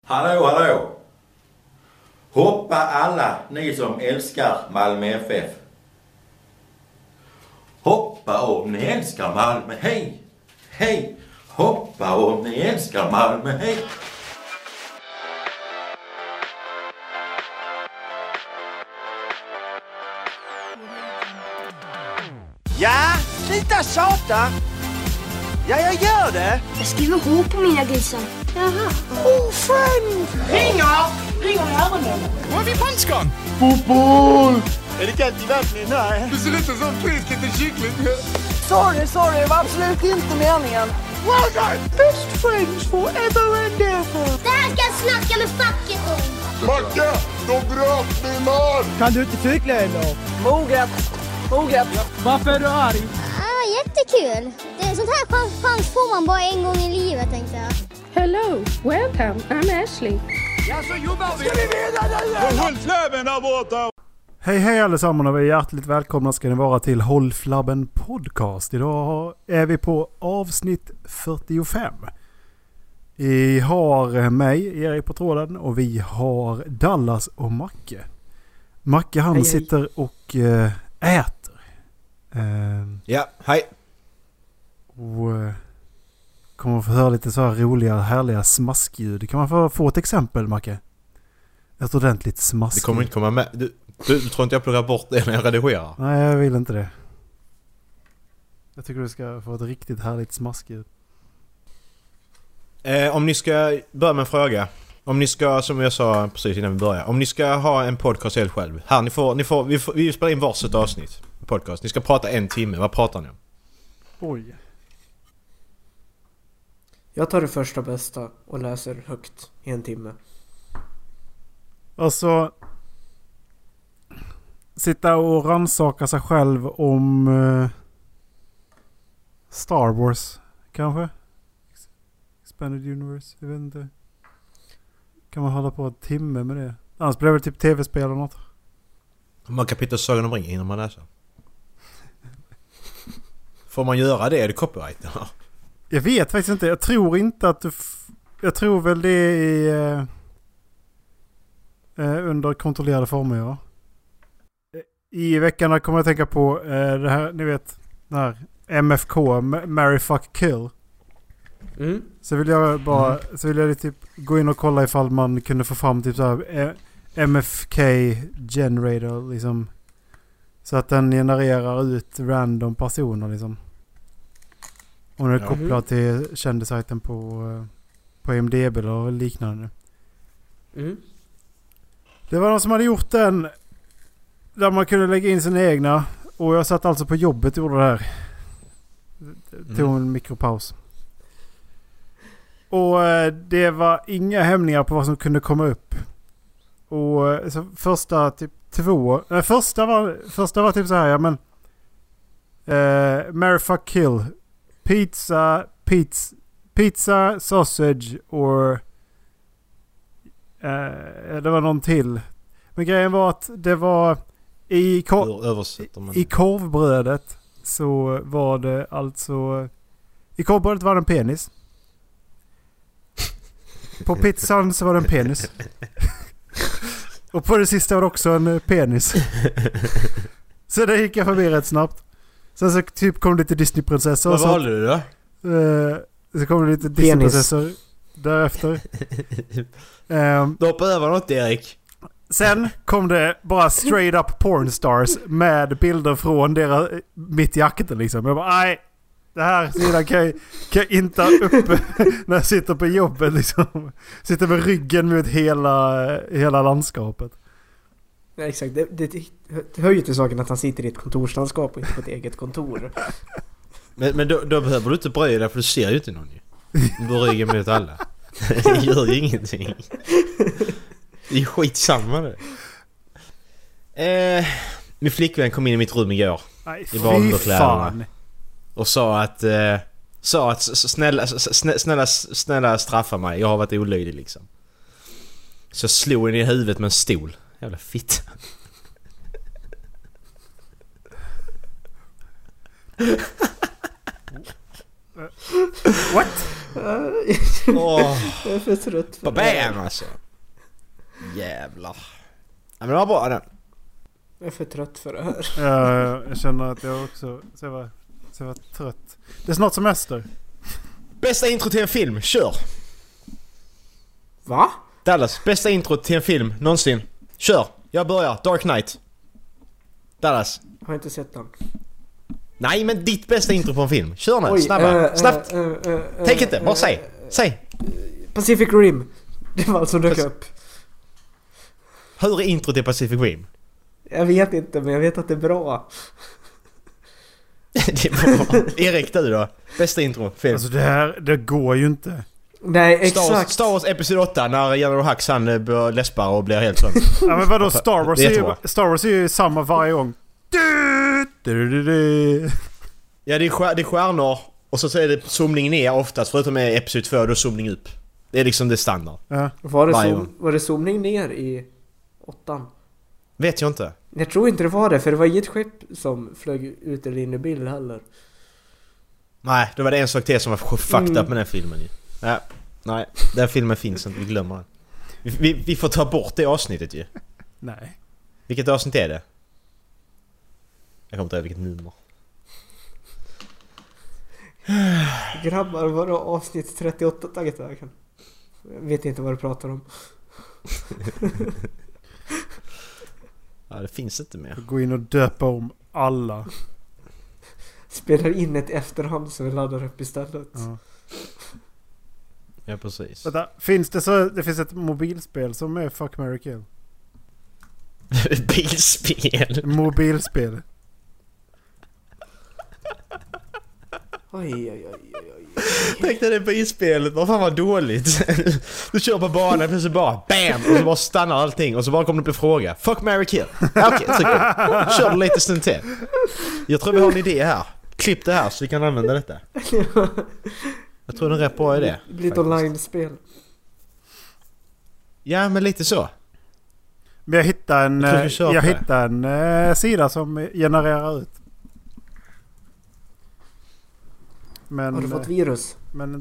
Hallå, hallå! Hoppa alla ni som älskar Malmö FF. Hoppa om ni älskar Malmö, hej! Hej! Hoppa om ni älskar Malmö, hej! Ja, sluta tjata! Ja, jag gör det! Jag skriver H på mina grisar. Jaha. Oh, friend! Ringer i öronen. Var är vi punchgång? Fotboll! Är det kallt i vattnet? Nej. Det ser lite som frisk liten kyckling. Sorry, det var absolut inte meningen. Well done! Best friends forever and ever. Det här ska jag snacka med facket om. Macke, de bröt min arm! Kan du inte cykla eller? Moget. Varför är du arg? Jättekul. Det är sånt här chans får man bara en gång i livet, tänkte jag. Hello, welcome, I'm Ashley. Ja, så jobbar vi! Ska vi vinna nu? Håll flabben där borta! Hej allesammans och vi är hjärtligt välkomna ska ni vara till Håll Flabben Podcast. Idag är vi på avsnitt 45. Vi har mig, Erik på tråden, och vi har Dallas och Macke. Macke han sitter och äter. Ja, hej. Och kommer att få höra lite så här roliga, härliga smaskljud. Kan man få ett exempel, Macke? Ett ordentligt smaskljud. Det kommer inte komma med. Du tror inte jag pluggar bort det när jag redigerar? Nej, jag vill inte det. Jag tycker du ska få ett riktigt härligt smaskljud. Om ni ska börja med en fråga. Om ni ska, som jag sa precis innan vi börjar, om ni ska ha en podcast helt själv. Här, vi spelar in varsitt avsnitt podcast. Ni ska prata 1 timme. Vad pratar ni om? Oj. Jag tar det första bästa och läser högt i 1 timme. Alltså sitta och rannsaka sig själv om Star Wars kanske? Expanded Universe, jag vet inte. Kan man hålla på 1 timme med det? Annars blir det väl typ tv-spel eller något. Man kapitel Sagan om ringen innan man läser. Får man göra det? Är det copyright? Jag vet faktiskt inte. Jag tror inte att du... Jag tror väl det är under kontrollerade former, ja. I veckan kommer jag tänka på det här, ni vet, det här MFK, Marry Fuck Kill. Mm. Så vill jag typ gå in och kolla ifall man kunde få fram typ så här MFK generator liksom, så att den genererar ut random personer liksom. Om det är kopplat till kändisajten på IMDb eller liknande. Mm. Det var någon som hade gjort den där man kunde lägga in sina egna, och jag satt alltså på jobbet och gjorde det här. Tog en mikropaus. Och det var inga hämningar på vad som kunde komma upp. Och så första typ 2. Nej, första var typ så här, ja men Marry Fuck Kill. Pizza, sausage or det var någon till. Men grejen var att det var i korvbrödet så var det alltså, i korvbrödet var det en penis. På pizzan så var det en penis. Och på det sista var det också en penis. Så det gick jag förbi rätt snabbt. Sen så typ kom det lite Disney-prinsessor. Vad valde du då? Så kom det lite Disney-prinsessor därefter. Du hoppade över något, Erik. Sen kom det bara straight up pornstars med bilder från deras mitt i akten liksom. Jag bara, nej, det här sidan kan jag inte ha uppe när jag sitter på jobbet liksom. Sitter med ryggen mot hela landskapet. Ja, exakt. Det hör ju till saken att han sitter i ett kontorslandskap och inte på ett eget kontor. Men då behöver du inte bröja dig, för du ser ju inte någon ju. Du går ryggen mot alla. Det gör ju ingenting. Det är skitsamma det. Min flickvän kom in i mitt rum igår. Nej, i badunderkläderna. Och sa att snälla straffa mig. Jag har varit olydig liksom. Så jag slog henne i huvudet med en stol. Jävla fitt. What? Jag är för trött för Bam alltså. Jävlar. Ja, men det var bra den. Jag är för trött för det här. Ja, jag känner att jag också så jag var trött. Det är snart semester. Bästa intro till en film, kör. Va? Dallas, bästa intro till en film någonsin. Kör, jag börjar. Dark Knight. Dallas. Jag har inte sett den. Nej, men ditt bästa intro på en film. Kör nu, snabbt. Tänk inte, bara säg. Pacific Rim. Det var alltså dök upp. Hur är intro till Pacific Rim? Jag vet inte, men jag vet att det är bra. Det är bra. Erik, du då? Bästa intro, film. Alltså det går ju inte. Nej, exakt. Star Wars episod 8 när General Hux han börjar läspar och blir helt sån. Ja, men vadå, Star Wars är ju samma varje gång. Ja, det är stjärnor och så är det zoomning ner oftast, förutom med episod 2 då zoomning upp. Det är liksom det standard. Ja. Var det zoomning ner i 8? Vet jag inte. Jag tror inte det var det, för det var inget skepp som flög ut eller in i bild heller. Nej, det var det en sak till som var fucked up med den filmen. Ja, nej, den filmen finns inte, vi glömmer den. Vi får ta bort det avsnittet ju. Nej. Vilket avsnitt är det? Jag kommer inte ihåg vilket nummer. Grabbar, var det avsnitt 38 tagit vägen? Jag vet inte vad du pratar om. Ja, det finns inte mer. Gå in och döpa om alla. Spelar in ett efterhand som vi laddar upp istället. Ja, precis. Vänta, finns det så? Det finns ett mobilspel som är Fuck, Marry, Kill. Bilspel? Mobilspel. Oj. Tänk dig det bilspelet, vad fan var dåligt. Du kör på banan och så bara BAM! Och så bara stannar allting och så bara kommer det upp en fråga. Fuck, marry, kill. Okej, kör det lite stund till. Jag tror vi har en idé här. Klipp det här så vi kan använda detta. Jag tror det är en rätt bra idé. Det blir ett online-spel. Ja, men lite så. Men jag hittade en sida som genererar ut. Men, har du fått virus? Men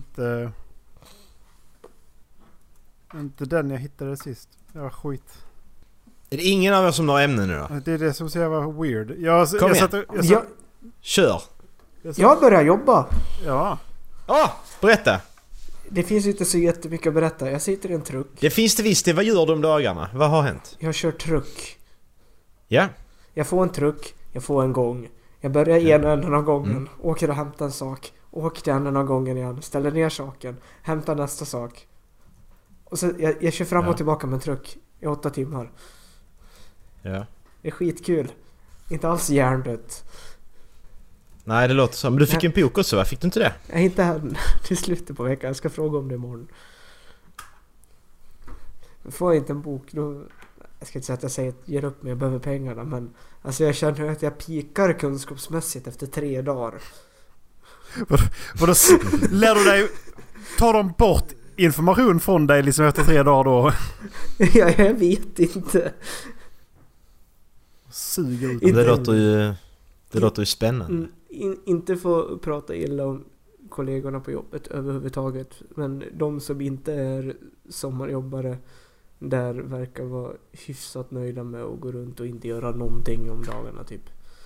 inte den jag hittade sist. Det var skit. Är det ingen av er som har ämnen nu då? Det är det som ser var weird. Kom igen. Kör. Jag börjar jobba. Ja. Berätta. Det finns inte så jättemycket att berätta. Jag sitter i en truck. Det finns det visst. Vad gör du om dagarna? Vad har hänt? Jag kör truck. Ja. Jag får en truck. Jag får en gång. Jag börjar ena änden av gången. Åker och hämtar en sak. Åker till änden av gången igen. Ställer ner saken. Hämtar nästa sak. Och så jag kör fram och tillbaka med en truck i 8 timmar. Ja. Det är skitkul. Inte alls hjärndött. Nej, det låter så. Men du fick en bok också, va? Fick du inte det? Jag är inte här till slutet på veckan. Jag ska fråga om det imorgon. Får jag inte en bok då... Jag ska inte säga att jag säger att jag ger upp mig, jag behöver pengarna. Men alltså jag känner att jag pikar kunskapsmässigt efter 3 dagar. Vadå? Lär du dig... Tar de bort information från dig liksom efter 3 dagar då? Ja, jag vet inte. Suger ut. Det låter ju spännande. Inte få prata illa om kollegorna på jobbet överhuvudtaget. Men de som inte är sommarjobbare där verkar vara hyfsat nöjda med att gå runt och inte göra någonting om dagarna typ.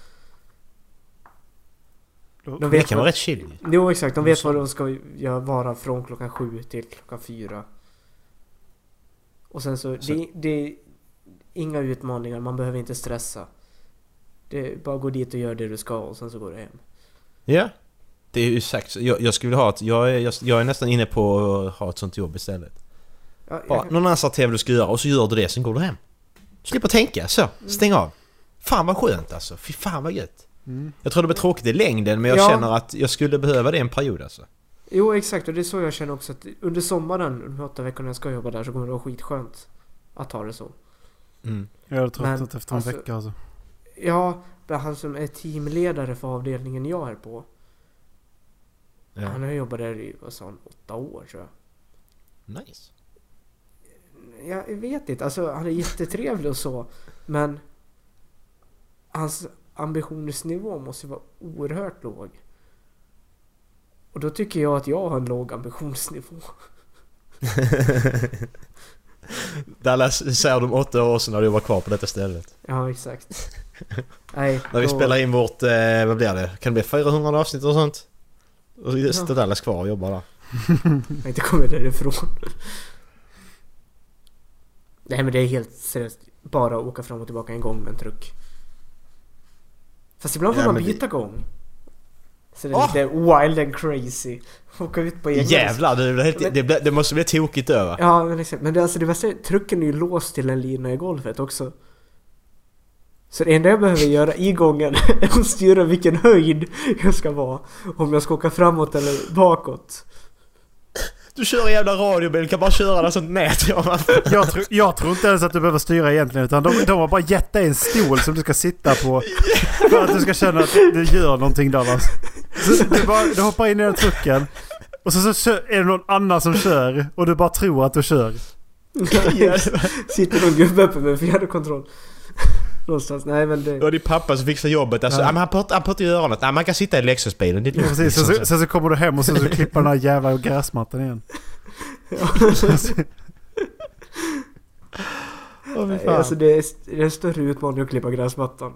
Det kan vara rätt chill. Jo, exakt. De vet vad de ska vara från klockan 7 till klockan 4. Och sen så det är inga utmaningar. Man behöver inte stressa. Det är bara gå dit och gör det du ska och sen så går du hem. Ja. Det är ju sagt. Jag skulle vilja ha jag är nästan inne på att ha ett sånt jobb istället. Ja, någon annan sagt vad du ska göra och så gör du det, sen går du hem. Slipper tänka, så. Stäng av. Fan vad skönt alltså. Fy fan vad gött. Jag tror det blir tråkigt i längden, men jag känner att jag skulle behöva det en period alltså. Jo, exakt. Och det är så jag känner också att under sommaren, de 8 veckorna jag ska jobba där, så kommer det vara skitskönt att ha det så. Jag hade tröttat efter en vecka alltså. Ja, men han som är teamledare för avdelningen jag är på. Ja. Han har jobbat där i 8 år tror jag. Nice. Jag vet inte, alltså han är jättetrevlig och så, men hans ambitionsnivå måste vara oerhört låg. Och då tycker jag att jag har en låg ambitionsnivå. Dallas säger de 8 år sedan när du var kvar på detta stället. Ja, exakt. Nej, när vi spelar in vårt, vad blir det? Kan det bli 400 avsnitt och sånt? Och just Dallas kvar och jobbar där. Jag inte kommer därifrån. Nej, men det är helt seriöst. Bara åka fram och tillbaka en gång med en truck. Fast ibland får man byta gång. Så det är lite wild and crazy. Åka ut på egen. Jävlar, det måste bli tokigt över. Ja, men exakt. Men det, alltså, det värsta är, trucken är ju låst till en lina i golvet också. Så det enda jag behöver göra i gången är att styra vilken höjd jag ska vara. Om jag ska åka framåt eller bakåt. Du kör en jävla radiobil, kan bara köra det sånt nät. Jag tror inte ens att du behöver styra egentligen, utan de har bara gett dig en stol som du ska sitta på för att du ska känna att du gör någonting där. Så du hoppar in i den trucken och så är det någon annan som kör och du bara tror att du kör. Sitter någon gubbe uppe med fjärrkontroll. Någonstans. Nej, men det... Och det är pappa som fixar jobbet. Alltså, han får inte göra något. Nej, man kan sitta i Lexusbilen. Ja, precis. Sen så kommer du hem och så klipper den här jävla gräsmattan igen. Alltså det är en större utmaning att klippa gräsmattan.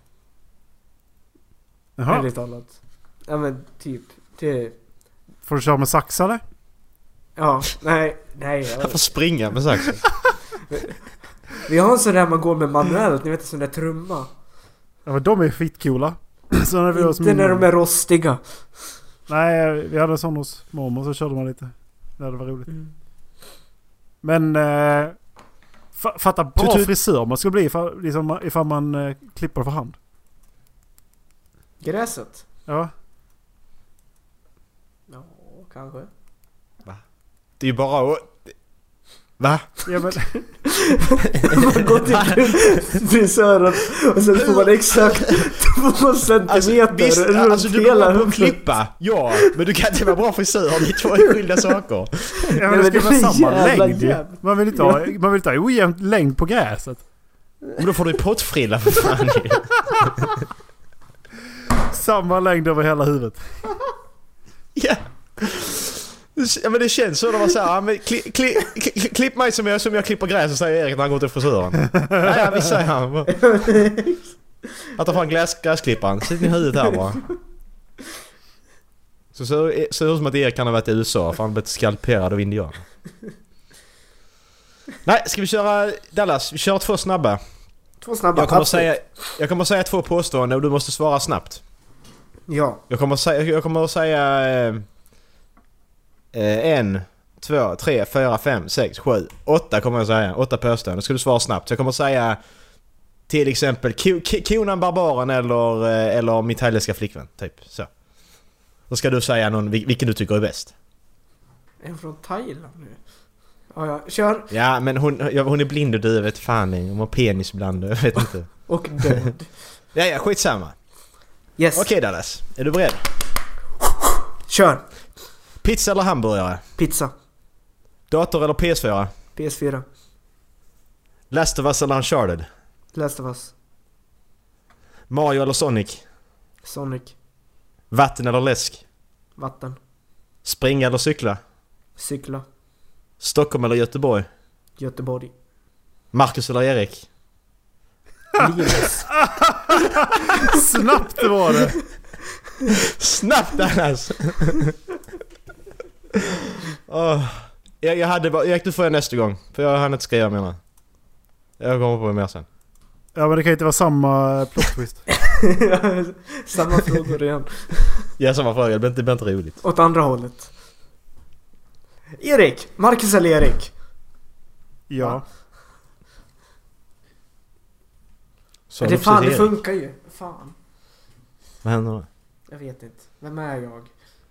Jaha. Ärligt talat. Ja, men typ. Det... Får du köra med sax eller? Ja, nej. Han får springa med saxen. Vi har en sån där man går med manuellt, ni vet, en sån där trumma. Ja, men de är skitcoola. Så när vi inte när de är rostiga. Nej, vi hade en sån hos mormor, så körde man lite. Det var roligt. Men fatta bra frisör man skulle bli ifall man klipper för hand. Gräset? Ja. Ja, kanske. Va? Det är ju bara... Va? Ja, men... man går till frisören och sen får man exakt 2 centimeter. Alltså du är bra på att klippa. Ja, men du kan inte vara bra frisör. Det är 2 skilda saker. Ja, men det ska vara samma längd. Man vill inte ha ojämnt längd på gräset. Men då får du pottfrilla för fan. Samma längd över hela huvudet. Ja. Ja, men det känns så när man säger men klipp mig som jag klipper gräs, och säger Erik när han går till frisören. Ja, visst säger han. Att ta fram gräsklipparen. Sitt i huvudet här bara. Så ser det ut som att Erik kan ha varit i USA för han blivit skalperad av indian. Nej, ska vi köra Dallas? Vi kör 2 snabba. 2 snabba. Jag kommer säga 2 påståenden och du måste svara snabbt. Ja. Jag kommer säga 1, 2, 3, 4, 5, 6, 7, 8 kommer jag säga. 8 påståenden. Ska du svara snabbt. Så jag kommer säga till exempel Conan Barbaren eller Mitt thailändska flickvän. Typ så. Då ska du säga vilken du tycker är bäst. En från Thailand nu. Ja, kör. Ja, men hon är blind och döv, vet fan. Hon har penis ibland, jag vet inte. Och död. Ja, skitsamma. Yes. Okej, Dallas. Är du beredd? Kör. Pizza eller hamburgare? Pizza. Dator eller PS4? PS4. Last of Us eller Uncharted? Last of Us. Mario eller Sonic? Sonic. Vatten eller läsk? Vatten. Springa eller cykla? Cykla. Stockholm eller Göteborg? Göteborg. Marcus eller Erik? Linus. Snabbt var det. Snabbt annars. Jag du får nästa gång. För jag hann inte skriva mer. Jag kommer på mer sen. Ja, men det kan inte vara samma plot twist. Samma frågor igen. Ja, samma fråga. Det blir inte roligt. Åt andra hållet. Erik. Marcus eller Erik? Ja. Så det fan, det funkar ju. Fan. Vad händer då? Jag vet inte. Vem är jag?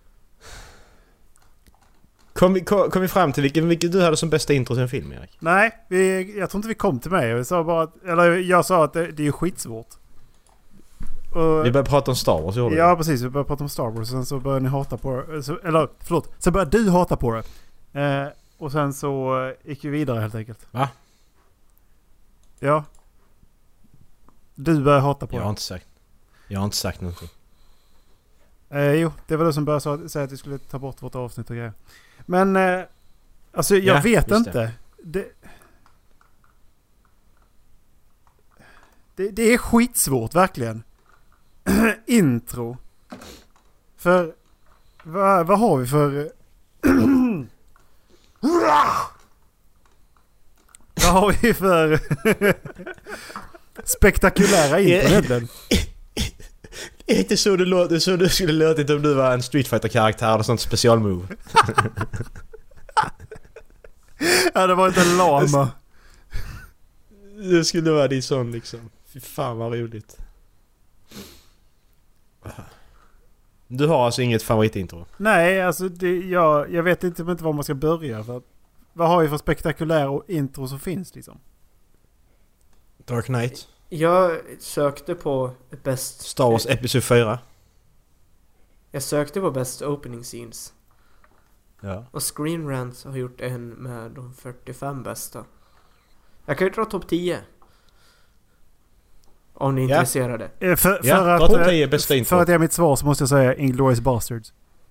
Kom vi fram till vilken du hade som bästa intro till en film, Erik? Nej, jag tror inte vi kom till mig. Jag sa att det är ju skitsvårt. Vi började prata om Star Wars, gjorde ja, precis. Vi började prata om Star Wars. Sen så började ni hata på det. Sen började du hata på det. Och sen så gick vi vidare helt enkelt. Va? Ja. Du började hata på det. Jag har inte sagt någonting. Jo, det var det som började säga att vi skulle ta bort vårt avsnitt och grejer. Men alltså jag vet inte. Det är skitsvårt verkligen. Intro. För vad har vi för vad har vi för spektakulära intro? Det är inte så det låter, så du skulle låtit om du var en Street Fighter-karaktär och sånt specialmove. Ja, det var inte en lama. Det skulle vara din sån liksom. Fy fan vad roligt. Du har alltså inget favoritintro? Nej, alltså jag vet inte var man ska börja. För vad har vi för spektakulära intro som finns liksom? Dark Knight. Jag sökte på best... Star Wars Episode 4. Jag sökte på best opening scenes. Ja. Och Screen Rant har gjort en med de 45 bästa. Jag kan ju dra topp 10. Om ni är intresserade. För att jag mitt svar så måste jag säga Inglourious Basterds.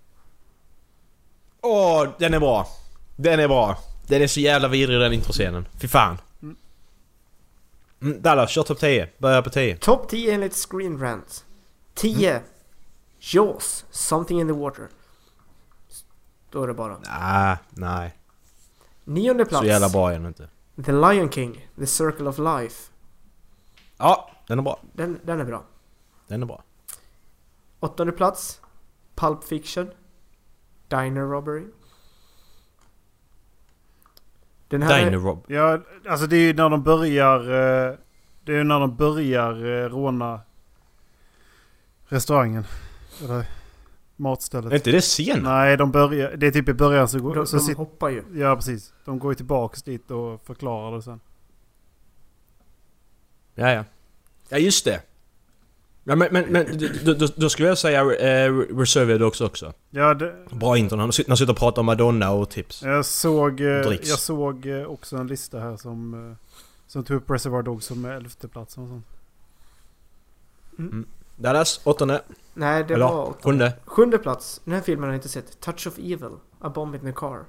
Den är bra. Den är bra. Den är så jävla vidrig den introscenen. Fy fan. Dallas, kör topp 10. Börja på 10. Topp 10 enligt Screen Rant. 10. Jaws. Something in the water. Då är det bara. Nej. 9:e plats. Så jävla bra är den inte. The Lion King. The Circle of Life. Ja, den är bra. Den är bra. Den är bra. 8:e plats. Pulp Fiction. Diner Robbery. Den här Diner Rob. Ja, alltså det är ju när de börjar råna restaurangen eller matstället. Är inte det scenen? Nej, de börjar, det är typ i början så går de hoppar ju. Ja, precis. De går ju tillbaks dit och förklarar det sen. Ja, just det. Ja, men då skulle jag säga Reserved också. Ja, bra intro. Han sitter och pratar om Madonna och tips. Jag såg också en lista här som tog upp Reservoir Dogs som är 11:e plats och sånt. Dallas, 8:e. Nej, det var 8:e. 7:e plats. Den här filmen har jag inte sett. Touch of Evil. A Bomb in the Car.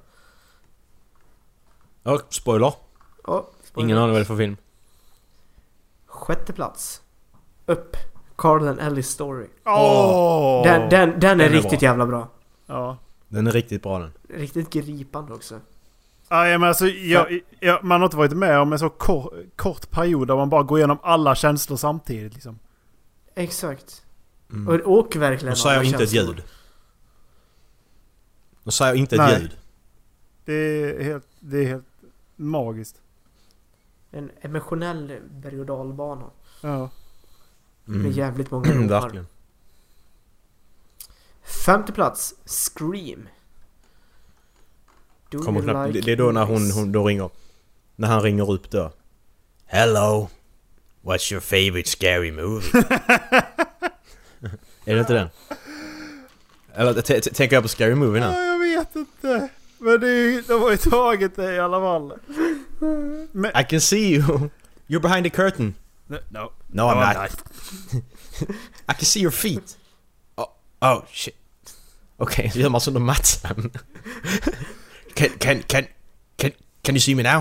Ja, spoiler. Ingen aning vad det är för film. 6:e plats. Upp. Carl and Ellis Story. Den är riktigt bra. Jävla bra. Ja. Den är riktigt bra den. Riktigt gripande också. Ja, men alltså man har inte varit med om en så kort period där man bara går igenom alla känslor samtidigt liksom. Exakt. Och verkligen. Och säger inte känslor. ett ljud. Och säger inte ett ljud. Det är helt magiskt. En emotionell berg- och dalbana. Ja. Med jävligt många ropar. Verkligen. 5:e plats. Scream. Det är då när hon då ringer. När han ringer upp då. Hello. What's your favorite scary movie? Är det inte den? Eller tänker jag på Scary Movie nu? Ja, jag vet inte. Men de har ju tagit det i alla fall. I can see you. You're behind the curtain. No, I'm not. I can see your feet. Oh shit. Okay, så gör man som de matchen. Can you see me now?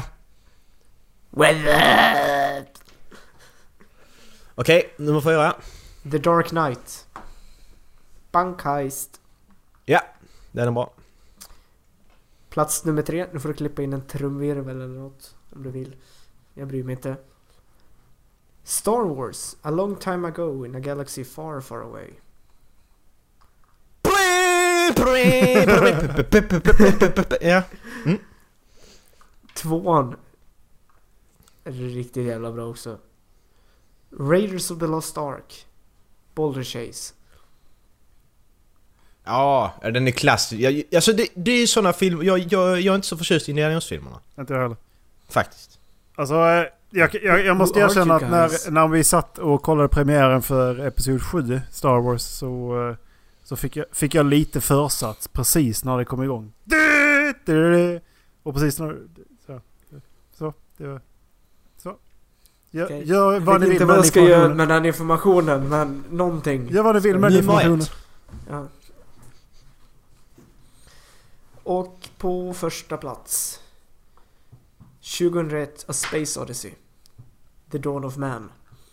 Okej, nummer 4. The Dark Knight. Bankheist. Ja, den är bra. Plats nummer 3. Nu får du klippa in en trumvirvel eller något om du vill. Jag bryr mig inte. Star Wars. A long time ago in a galaxy far, far away. Ja. 2:an är riktigt jävla bra också. Raiders of the Lost Ark. Boulder Chase. Ja, den är klassisk. Alltså det är såna filmer. Jag är inte så förtjust i Indiana Jones-filmerna. Inte jag heller. Faktiskt. Alltså jag måste erkänna att när vi satt och kollade premiären för episod 7 Star Wars så fick jag lite försats precis när det kom igång. Och precis när så det var så. Jag vet inte vad jag ska göra med den informationen, men någonting. Gör vad du vill med informationen. Ja. Och på första plats 2001 A Space Odyssey. The Dawn of Man.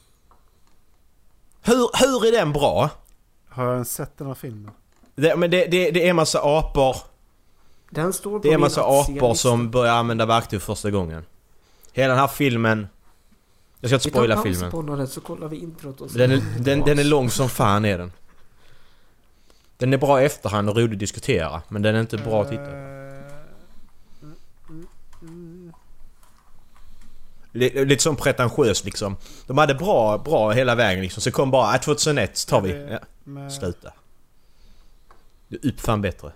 Hur är den bra? Har jag ens sett den här filmen? Det är en massa apor. Den står på Det är en massa min apor som börjar använda verktyg första gången. Hela den här filmen... Jag ska inte spoila filmen. På något, så kollar vi introt och så. Den är lång som fan är den. Den är bra i efterhand och rolig att diskutera. Men den är inte bra att titta. Lite som pretentiös liksom. De hade bra hela vägen liksom. Så kom bara 2001 tar vi. Ja. Sluta. Du uppfann bättre.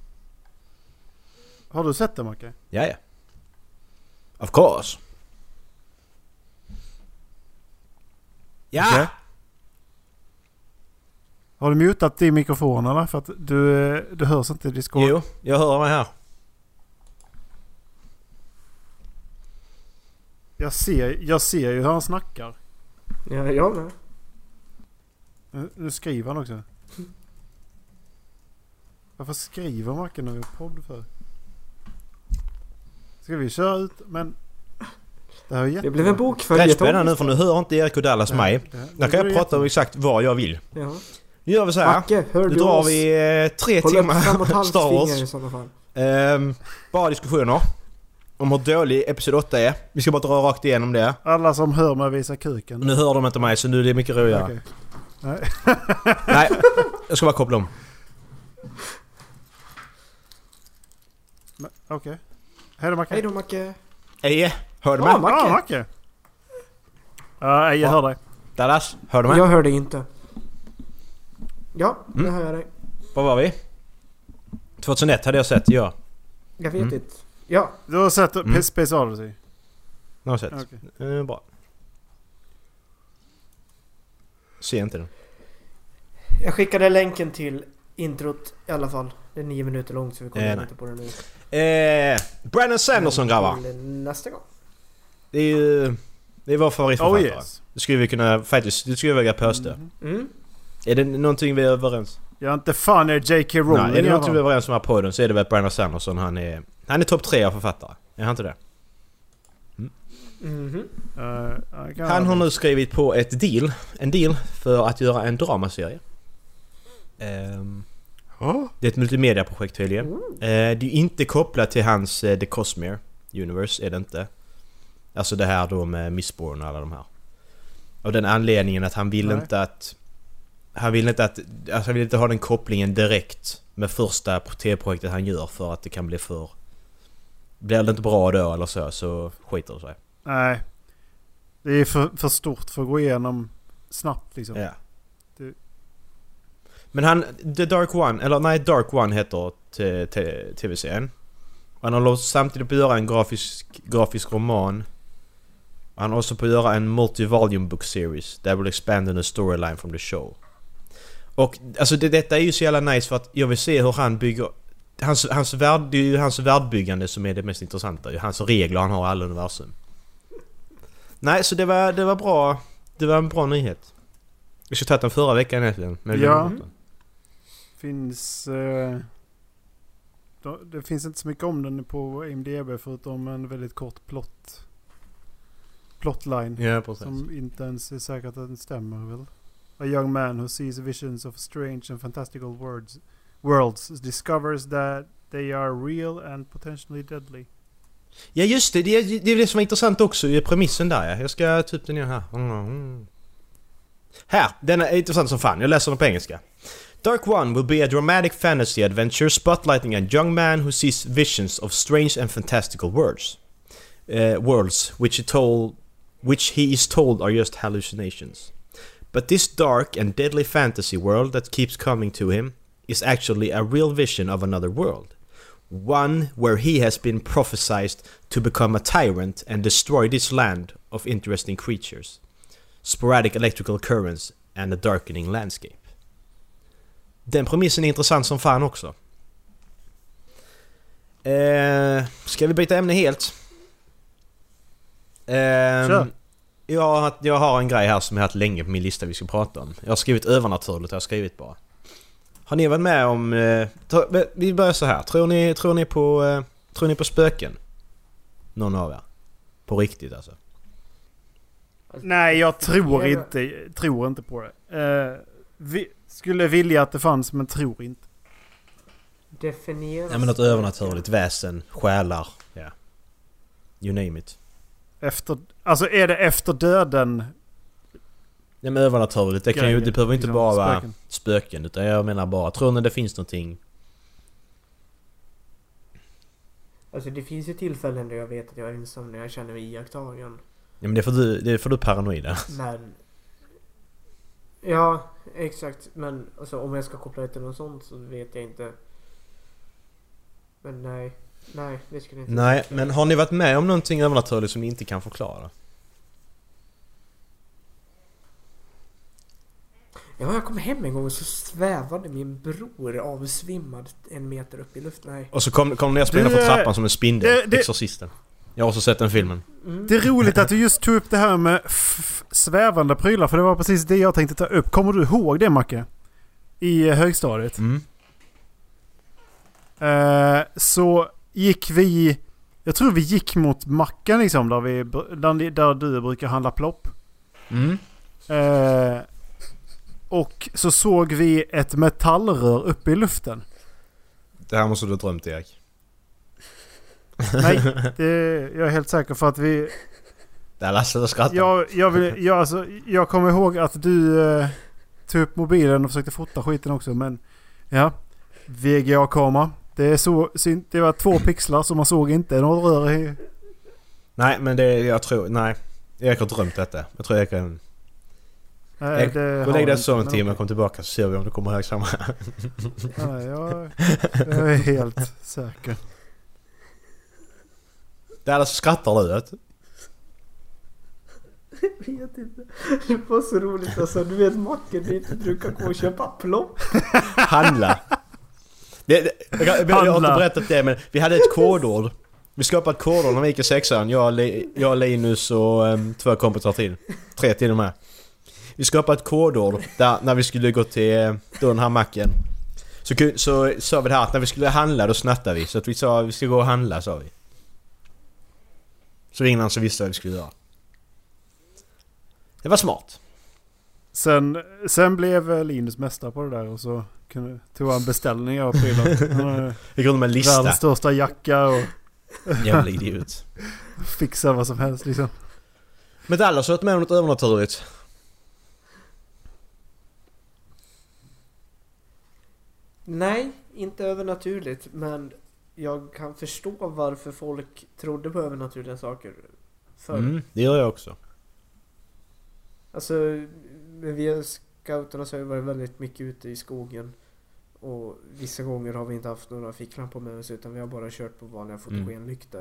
Har du sett den, Macke? Ja. Of course. Ja! Okay. Har du mutat din mikrofon eller? För att du hörs inte i Discord. Jo, jag hör mig här. Jag ser ju hur han snackar. Ja, jag med. Nu skriver han också. Varför skriver Macke när vi har podd för? Ska vi köra ut? Men... Det blev en bok för det är spännande nu för nu hör inte Erik och Dallas mig. Där kan jag prata om exakt vad jag vill. Ja. Nu gör vi så här. Macke, nu drar vi 3 timmar Star Wars. Bara diskussioner om hur dålig episod 8 är. Vi ska bara dra rakt igenom det. Alla som hör mig visa kuken. Nu hör de inte mig så nu är det mycket roligare. Okay. Nej, jag ska bara koppla om. Okej. Hej då Macke. Hej då Macke. Hej, hör du mig? Macke. Ja, jag hör dig. Dallas, hör du mig? Jag hör dig inte. Ja, nu hör jag dig. Vad var vi? 2001 hade jag sett, ja. Jag vet inte. Ja. Du har sett Space Odyssey? Jag har sett. Okay. Bra. Ser inte den. Jag skickade länken till introt i alla fall. Det är 9 minuter långt så vi kommer inte på den nu. Brandon Sanderson grabbar. Nästa gång. Det är vår favoritförfattare. Yes. Det skulle vi kunna faktiskt, det skulle jag vilja påstå. Är det någonting vi är överens? Jag är inte fan är J.K. Rowling. Nej, är det någonting vi är överens om här på den så är det väl Brandon Sanderson. Han är topp 3 av författare. Är han inte det? Han har nu skrivit på en deal för att göra en dramaserie. Det är ett multimediaprojekt tydligen. Det är inte kopplat till hans The Cosmere Universe, är det inte. Alltså det här då med Mistborn och alla de här. Av den anledningen att han vill inte att han vill inte ha den kopplingen direkt med första TV-projektet han gör för att det kan bli för... Blir det inte bra då eller så skiter det sig. Nej. Det är för stort för att gå igenom snabbt liksom. Ja. Men han, Dark One heter tv-serien. Han har samtidigt på att göra en grafisk roman. Han har också på att göra en multi-volume book series that will expand the storyline from the show. Och alltså detta är ju så jävla nice för att jag vill se hur han bygger hans värld, det är ju hans världbyggande som är det mest intressanta. Det är hans regler han har i alla universum. Nej, så det var bra. Det var en bra nyhet. Jag skulle ta den förra veckan egentligen. Men ja. Det finns inte så mycket om den på IMDb förutom en väldigt kort plotline. Ja, precis. Som inte ens är säkert att den stämmer väl. A young man who sees visions of strange and fantastical worlds discovers that they are real and potentially deadly. Ja just det, det är det som är intressant också i premissen där. Ja. Jag ska ta upp den igen här. Här, den är intressant som fan. Jag läser den på engelska. Dark One will be a dramatic fantasy adventure spotlighting a young man who sees visions of strange and fantastical worlds which he is told are just hallucinations. But this dark and deadly fantasy world that keeps coming to him is actually a real vision of another world. One where he has been prophesied to become a tyrant and destroy this land of interesting creatures, sporadic electrical currents and a darkening landscape. Den premissen är intressant som fan också. Ska vi byta ämne helt? Jag har en grej här som jag har haft länge på min lista vi ska prata om. Jag har skrivit övernaturligt, jag har skrivit bara. Har ni varit med om... vi börjar så här. Tror ni på spöken? Någon av er? På riktigt alltså? Nej, jag tror inte på det. Vi skulle vilja att det fanns, men tror inte. Definiera. Ja, men något övernaturligt väsen, själar, ja. You name it. Alltså är det efter döden? Ja, men övernaturligt, det behöver inte liksom, bara vara spöken, utan jag menar bara, tror ni det finns någonting? Alltså det finns ju tillfällen där jag vet att jag är ensam när jag känner mig iakttagen. Ja, men det är för du paranoida. Men... Ja, exakt. Men alltså, om jag ska koppla det till något sånt så vet jag inte. Men nej, det skulle inte. Nej, men har ni varit med om någonting övernaturligt som ni inte kan förklara? Ja, jag kom hem en gång och så svävade min bror avsvimmad 1 meter upp i luften. Nej. Och så kom ner och spelade för trappan som en spindel. Exorcisten. Jag har också sett den filmen. Det är roligt att du just tog upp det här med svävande prylar. För det var precis det jag tänkte ta upp. Kommer du ihåg det, Macke? I högstadiet. Så gick vi... Jag tror vi gick mot macken liksom. Där du brukar handla plopp. Och så såg vi ett metallrör uppe i luften. Det här måste du ha drömt, Erik. Nej, jag är helt säker för att vi... Där Lasse och skrattar. Jag kommer ihåg att du tog upp mobilen och försökte fota skiten också. Men ja, VGA-kamera. Det var 2 pixlar så man såg inte något rör i... Nej, men Erik har drömt detta. Jag tror jag kan... Nej, gå lägg det så en timme och kom tillbaka så ser vi om du kommer ihåg samma. Nej, jag är helt säker. Det är alltså skrattar du, vet? Jag vet inte. Det var så roligt alltså. Du vet, Macke, det inte brukar gå och köpa plopp. Handla. Jag har inte berättat det, men vi hade ett kodord. Vi skapade ett kodord när vi gick i 6:an. Jag, Linus och 2 kompisar till. 3 till och med. Vi skapade ett kodord där när vi skulle gå till den här macken. Så sa vi det här att när vi skulle handla då snattade vi. Så att vi sa vi ska gå och handla, sa vi. Så ingen så visste vad vi skulle göra. Det var smart. Sen blev Linus mästare på det där och så tog han beställningar av prylar. Vi går med en lista. Världens största jacka och... Jävla idiot. Fixa vad som helst liksom. Men alla så att med något övernaturligt. Nej, inte övernaturligt, men jag kan förstå varför folk trodde på övernaturliga saker förr. Det gör jag också. Alltså, vi scouterna så har vi varit väldigt mycket ute i skogen. Och vissa gånger har vi inte haft några ficklampor med oss utan vi har bara kört på vanliga fotogenlyktor.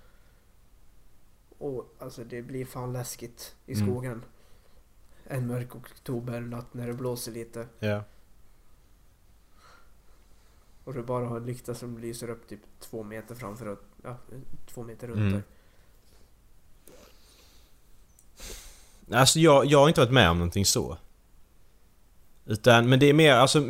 Och alltså det blir fan läskigt i skogen. En mörk oktobernatt när det blåser lite. Ja. Och du bara har en lykta som lyser upp typ 2 meter framför 2 meter runt dig. Alltså jag har inte varit med om någonting så. Utan, men det är mer, alltså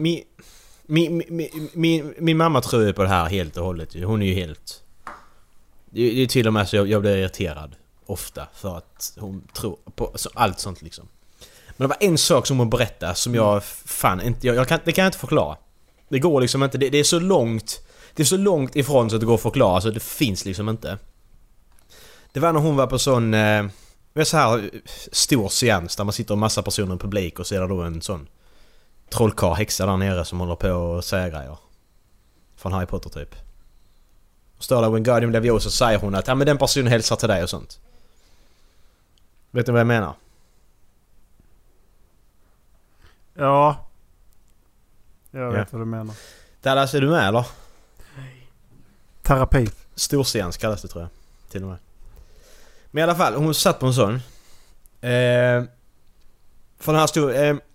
min mamma tror ju på det här helt och hållet. Hon är ju helt... Det är till och med så jag blir irriterad ofta för att hon tror på allt sånt liksom. Men det var en sak som hon berättade som jag fan inte... det kan jag inte förklara. Det går liksom inte. Det är så långt... Det är så långt ifrån så att det går att förklara. Så det finns liksom inte. Det var när hon var på sån... så här stor seans där man sitter en massa personer i publik och så är det då en sån trollkarl, häxa där nere som håller på och säger grejer. Från Harry Potter typ. Och står där Wingardium Leviosa så säger hon att men den personen hälsar till dig och sånt. Vet ni vad jag menar? Ja. Jag vet vad du menar. Dallas, är du med eller? Nej. Terapi. Stor seans kallas det tror jag. Till och med. Men i alla fall, hon satt på en sån. För den här stod...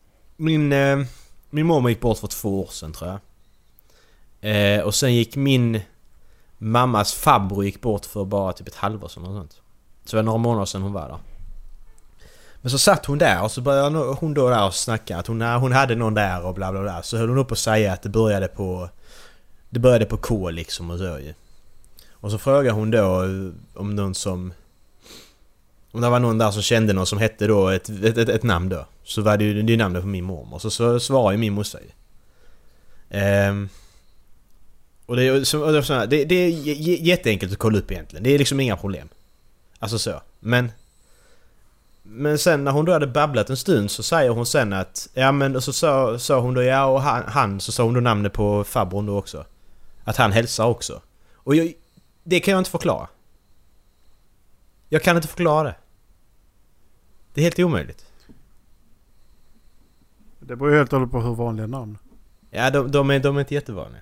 min mamma gick bort för 2 år sedan tror jag. Och sen gick min mammas farbror gick bort för bara typ ett halvår sedan och sånt. Så det var några månader sedan hon var där. Men så satt hon där och så började hon då där och snacka att hon hade någon där och bla bla bla. Så höll hon upp och säga att det började på K liksom och så ju. Och så frågade hon då om det var någon där som kände någon som hette då ett namn då. Så var det ju namnet på min mormor. Så svarade ju min morsa ju. Och det är jätteenkelt att kolla upp egentligen. Det är liksom inga problem. Alltså så. Men sen när hon då hade babblat en stund så säger hon sen att ja men och så sa hon då ja och han så sa hon då namnet på farbrorn då också. Att han hälsar också. Och det kan jag inte förklara. Jag kan inte förklara det. Det är helt omöjligt. Det beror ju helt och hållet på hur vanliga namn. Ja, de är inte jättevanliga.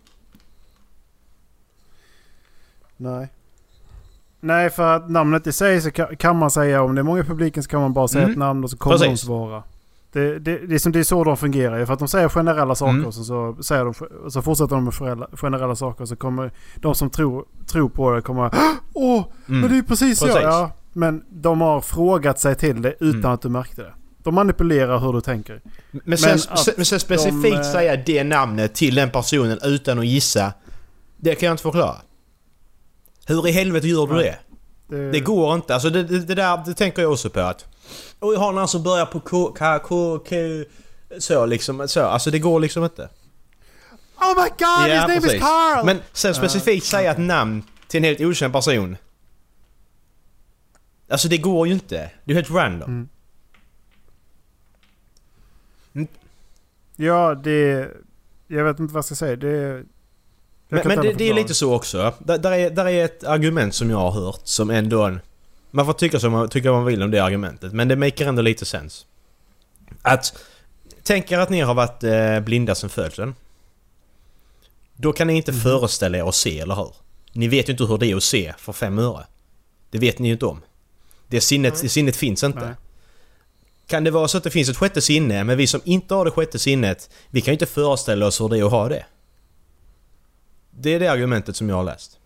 Nej, för att namnet i sig så kan man säga, om det är många i publiken så kan man bara säga ett namn och så kommer de svara. Det är så de fungerar. För att de säger generella saker och så fortsätter de med generella saker så kommer de som tror på det kommer men det är precis så. Ja, men de har frågat sig till det utan att du märkte det. De manipulerar hur du tänker. Men sen specifikt säga det namnet till den personen utan att gissa, det kan jag inte förklara. Hur i helvete gör du det? Det går inte. Alltså det där det tänker jag också på att jag har någon som börjar på K så liksom så. Alltså det går liksom inte. Oh my god, his name is Carl! Men sen specifikt säga ett namn till en helt okänd person. Alltså det går ju inte. Det är helt random. Ja, jag vet inte vad jag ska säga. Men det är lite så också. Där är ett argument som jag har hört som ändå man får tycka vad man vill om det argumentet, men det maker ändå lite sens. Att tänker att ni har varit blinda sedan födseln. Då kan ni inte föreställa er att se, eller hur? Ni vet ju inte hur det är att se för 5 öre. Det vet ni ju inte om. Det sinnet finns inte. Nej. Kan det vara så att det finns ett sjätte sinne, men vi som inte har det sjätte sinnet, vi kan ju inte föreställa oss hur det är att ha det. Det är det argumentet som jag har läst.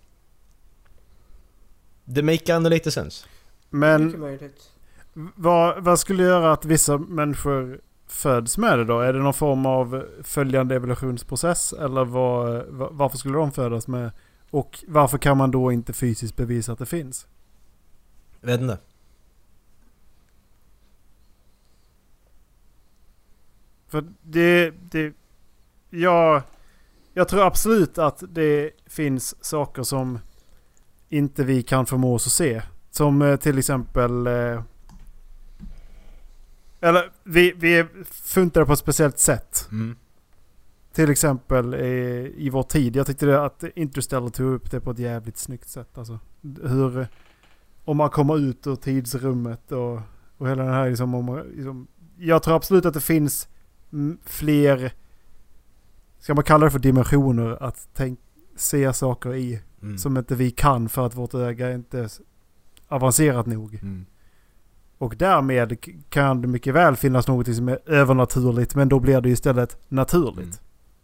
Det maker ändå lite sens. Men vad skulle göra att vissa människor föds med det då? Är det någon form av följande evolutionsprocess? Eller varför skulle de födas med? Och varför kan man då inte fysiskt bevisa att det finns? Jag vet inte. För jag tror absolut att det finns saker som inte vi kan förmå oss att se. Som till exempel eller vi är funtade på ett speciellt sätt. Till exempel i vår tid. Jag tyckte att Interstellar tog upp det på ett jävligt snyggt sätt. Alltså, hur om man kommer ut ur tidsrummet och hela den här liksom, jag tror absolut att det finns fler, ska man kalla det för dimensioner att se saker i som inte vi kan för att vårt öga inte är avancerat nog. Och därmed kan det mycket väl finnas något som är övernaturligt, men då blir det istället naturligt.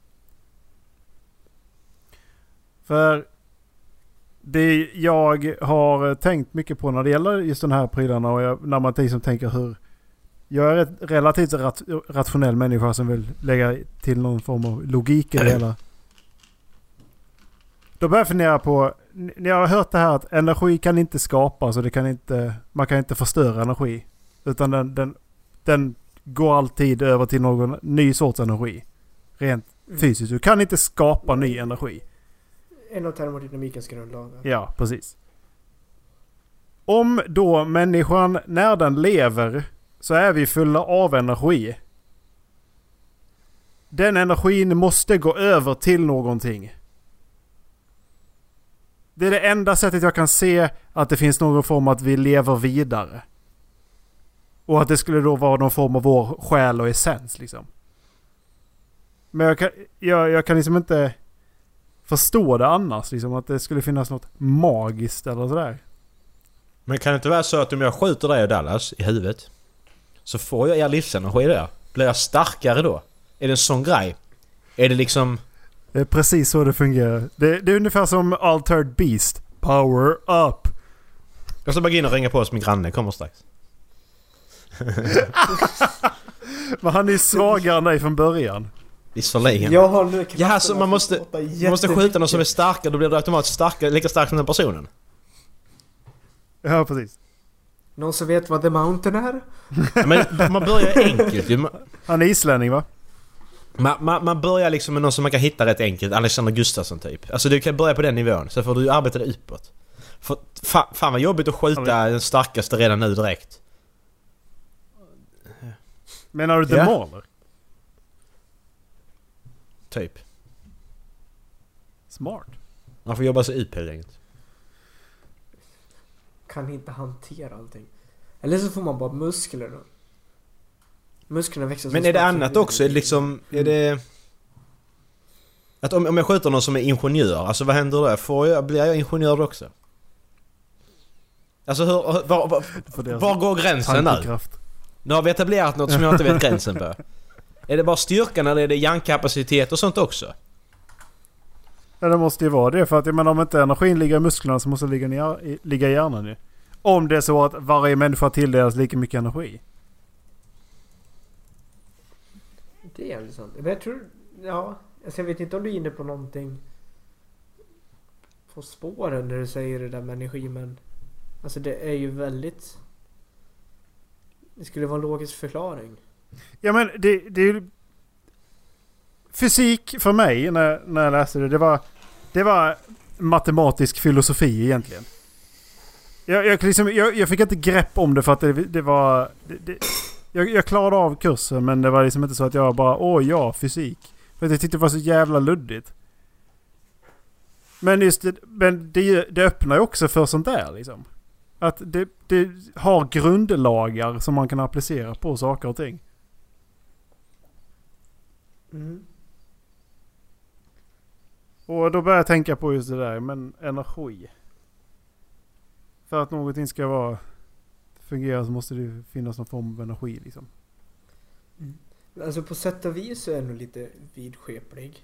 För det jag har tänkt mycket på när det gäller just den här prylarna och när man liksom tänker hur jag är ett relativt rationell människa som vill lägga till någon form av logik i det hela. Då börjar jag fundera på, när jag har hört det här att energi kan inte skapas och man kan inte förstöra energi. Utan den går alltid över till någon ny sorts energi. Rent fysiskt. Du kan inte skapa ny energi. En av termodynamikens grundlagar. Ja, precis. Om då människan, när den lever, så är vi fulla av energi. Den energin måste gå över till någonting. Det är det enda sättet jag kan se att det finns någon form att vi lever vidare. Och att det skulle då vara någon form av vår själ och essens liksom. Men jag kan liksom inte förstå det annars liksom, att det skulle finnas något magiskt eller sådär. Men kan det inte vara så att om jag skjuter dig och Dallas i huvudet så får jag er livsenergi där? Blir jag starkare då? Är det en sån grej? Är det liksom... Det är precis så det fungerar. Det är ungefär som Altered Beast. Power up! Jag ska bara gå in och ringa på oss, min granne kommer strax. Men han är svagare än dig från början. Visserligen. Jag har nu Ja, så man måste skjuta någon som är starkare. Då blir du automatiskt starkare, lika stark som den personen. Ja, precis. Någon som vet vad The Mountain är? Ja, men man börjar enkelt. Han är islänning, va? Man börjar liksom med någon som man kan hitta rätt enkelt. Alexander Gustafsson typ. Alltså du kan börja på den nivån. Så får du arbeta dig uppåt. För, fan vad jobbigt att skjuta den starkaste redan nu direkt. Menar du The Mauler? Typ. Smart. Man får jobba sig upp helt enkelt. Kan inte hantera allting. Eller så får man bara muskler då. Musklerna växer så. Men är det annat också? Liksom, är det... Att om jag skjuter någon som är ingenjör, alltså vad händer då? Blir jag ingenjör också? Alltså var går gränsen där? Nu har vi etablerat något som jag inte vet gränsen på. Är det bara styrkan eller är det hjärnkapacitet och sånt också? Ja, det måste ju vara det. För att jag menar, om inte energin ligger i musklerna så måste det ligga i hjärnan nu. Om det är så att varje människa tilldelas lika mycket energi. Det är jävligt sant. Men jag tror... Ja, alltså jag vet inte om du är inne på någonting på spåren när du säger det där med energi, men alltså det är ju väldigt... Det skulle vara en logisk förklaring. Ja, men det är ju... Fysik för mig när jag läste det var matematisk filosofi egentligen. Jag fick inte grepp om det för att det var... Jag klarade av kursen, men det var liksom inte så att jag bara fysik. För jag tyckte det var så jävla luddigt. Men just det öppnar ju också för sånt där liksom. Att det har grundlagar som man kan applicera på saker och ting. Mm. Och då börjar jag tänka på just det där, men energi. För att någonting ska fungera så måste det finnas någon form av energi liksom. Mm. Alltså på sätt och vis så är det nog lite vidskeplig.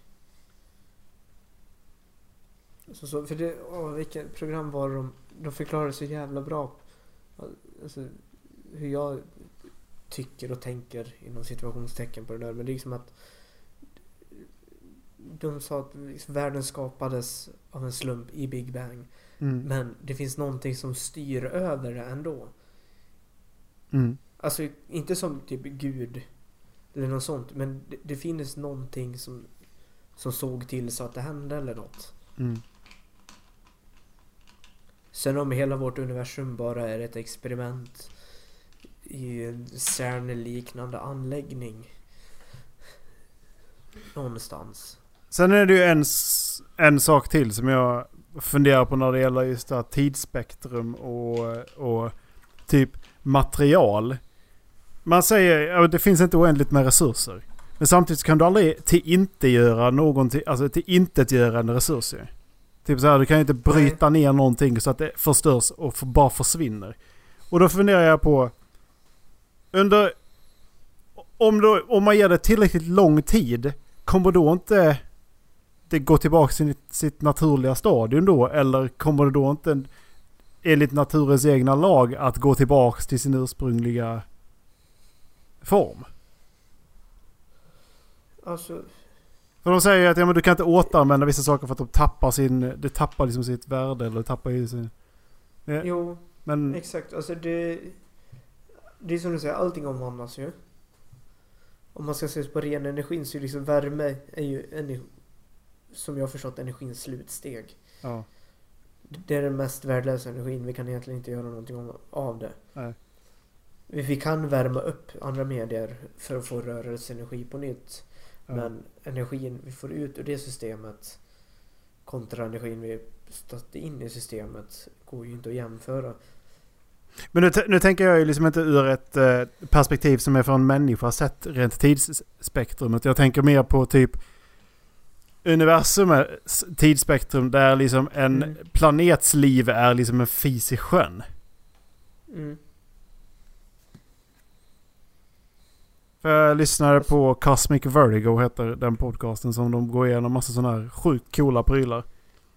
Så för det, vilket program var de förklarade så jävla bra. Alltså hur jag tycker och tänker inom situationstecken på det där. Men det är liksom att de sa att världen skapades av en slump i Big Bang. Mm. Men det finns någonting som styr över det ändå. Mm. Alltså inte som typ Gud eller något sånt, men det finns någonting som såg till så att det hände eller något. Mm. Sen om hela vårt universum bara är ett experiment i en CERN-liknande anläggning någonstans. Sen är det ju en sak till som jag funderar på när det gäller just det här tidsspektrum och typ material. Man säger att det finns inte oändligt med resurser. Men samtidigt kan du aldrig tillintetgöra någonting, alltså tillintetgörande resurser. Typ så här, du kan ju inte bryta ner någonting så att det förstörs och bara försvinner. Och då funderar jag på om man ger det tillräckligt lång tid, kommer då inte det gå tillbaka till sitt naturliga stadium då? Eller kommer det då inte enligt naturens egna lag att gå tillbaka till sin ursprungliga form? Alltså... För de säger att men du kan inte återanvända vissa saker för att det tappar liksom sitt värde eller tappar ju sin... Ja, jo, men... exakt. Alltså det är som du säger, allting omvandlas ju. Om man ska se på ren energin så är liksom värme är ju som jag har förstått energins slutsteg. Ja. Det är den mest värdelösa energin. Vi kan egentligen inte göra någonting av det. Nej. Vi kan värma upp andra medier för att få rörelseenergi på nytt. Ja. Men energin vi får ut ur det systemet kontra energin vi stötte in i systemet går ju inte att jämföra. Men nu tänker jag ju liksom inte ur ett perspektiv som är för en människa sett rent tidsspektrumet. Jag tänker mer på typ universumets tidsspektrum där liksom en planets liv är liksom en fis i sjön. Mm. För jag lyssnade på Cosmic Vertigo heter den podcasten som de går igenom massa sådana här sjukt coola prylar.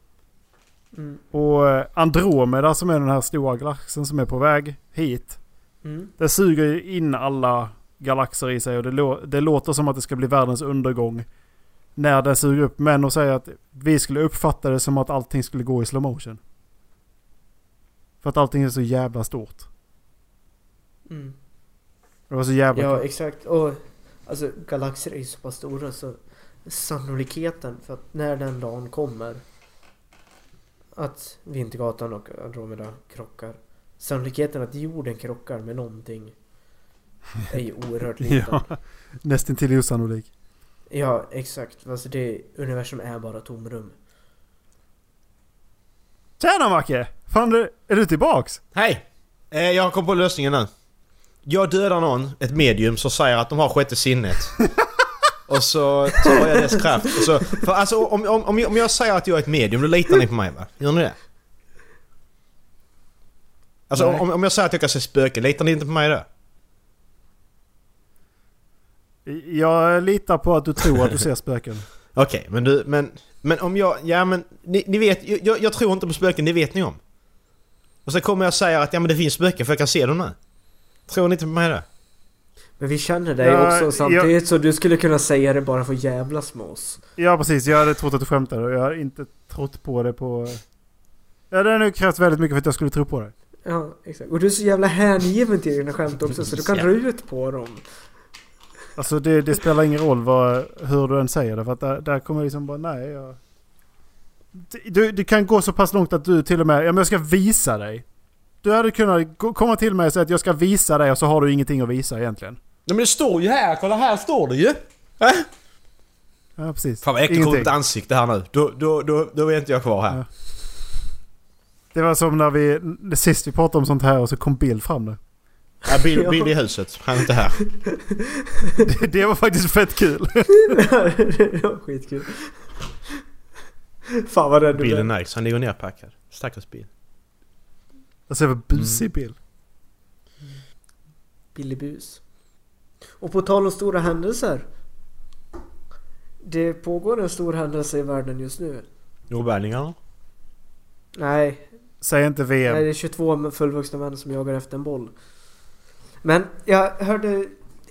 Mm. Och Andromeda som är den här stora galaxen som är på väg hit. Det suger ju in alla galaxer i sig och det låter som att det ska bli världens undergång när det suger upp män och säger att vi skulle uppfatta det som att allting skulle gå i slow motion. För att allting är så jävla stort. Det var så jävla Ja, exakt. Och alltså galaxer är ju så pass stora så sannolikheten för att när den dagen kommer att Vintergatan och Andromeda krockar, sannolikheten att jorden krockar med någonting är ju oerhört liten. Ja, nästan till osannolik. Ja, exakt. Alltså universum är bara tomrum. Tjena Macke! Fan, är du tillbaks? Hej! Jag har kommit på lösningen nu. Jag dödar någon, ett medium, som säger att de har sjätte sinnet. Och så tar jag dess kraft. Och så, för alltså, om jag säger att jag är ett medium, då litar ni på mig, va? Gör ni det? Alltså om jag säger att jag kan se spöken, litar ni inte på mig då? Jag litar på att du tror att du ser spöken. Okej, men om jag... Ja, men ni vet, jag tror inte på spöken, det vet ni om. Och så kommer jag säga att ja, men det finns spöken för jag kan se dem nu. Tror ni inte på mig då? Men vi känner dig också samtidigt så du skulle kunna säga det bara för jävlas med oss. Ja, precis. Jag hade trott att du skämtade och jag har inte trott på det på... Ja, det har nu krävt väldigt mycket för att jag skulle tro på det. Ja, exakt. Och du är så jävla hängiven till dina skämt också så du kan dra ut på dem. Alltså det spelar ingen roll hur du än säger det. För att där kommer liksom bara, nej. Du kan gå så pass långt att du till och med, ja men jag ska visa dig. Du hade kunnat komma till mig och säga att jag ska visa dig och så har du ingenting att visa egentligen. Ja, men det står ju här, kolla här står det ju. Ja, precis. Fan vad äckligt kommer ett ansikte här nu. Då är inte jag kvar här. Ja. Det var som när sist vi pratade om sånt här och så kom Bill fram nu. Ja, Bill i huset. Han är inte här. Det var faktiskt fett kul. Det var skitkul. Fan vad rädd du är. Bill är nice, han ligger nerpackad. Stackars Bill. Jag ser vad busig Bill. Billy Bus. Och på tal om stora händelser. Det pågår en stor händelse i världen just nu. Jordbärningarna? Nej. Säg inte VM. Nej, det är 22 fullvuxna män som jagar efter en boll. Men jag hörde...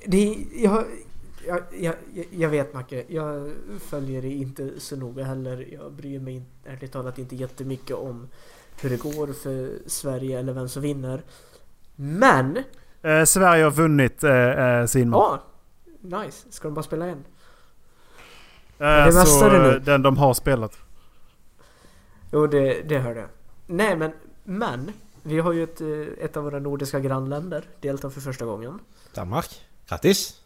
Jag vet Macke, jag följer det inte så noga heller. Jag bryr mig ärligt talat inte jättemycket om hur det går för Sverige eller vem som vinner. Men... Sverige har vunnit sin match. Ja, nice. Ska de bara spela en? Det så nu. Den de har spelat. Jo, det hörde jag. Nej, men vi har ju ett av våra nordiska grannländer deltar för första gången. Danmark. Grattis!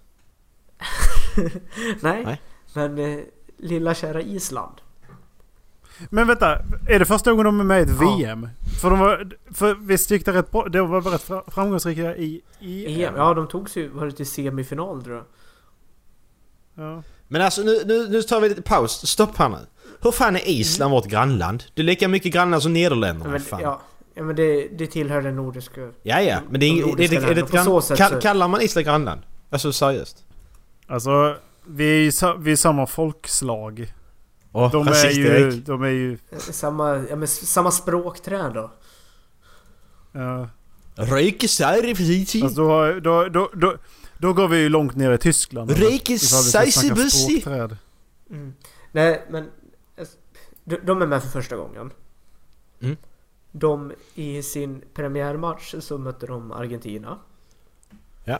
Nej, men lilla kära Island. Men vänta, är det första gången de är med i ett VM? För visst gick det rätt bra. Det var rätt framgångsrika i EM. Ja, de tog sig var det till semifinal tror jag. Ja. Men alltså nu tar vi lite paus. Stopp här nu. Hur fan är Island vårt grannland? Det är lika mycket grannland som Nederländerna. Ja, men det tillhör den nordiska. Ja, men det är ett grannland. Kallar man Island grannland? Alltså seriöst. Alltså vi är samma folkslag. De är ju samma språkträd då. Ja. Rökesär precis. Alltså då går vi ju långt ner i Tyskland. Rökesär. Nej, men de är med för första gången. Mm. De i sin premiärmatch så mötte de Argentina. Ja.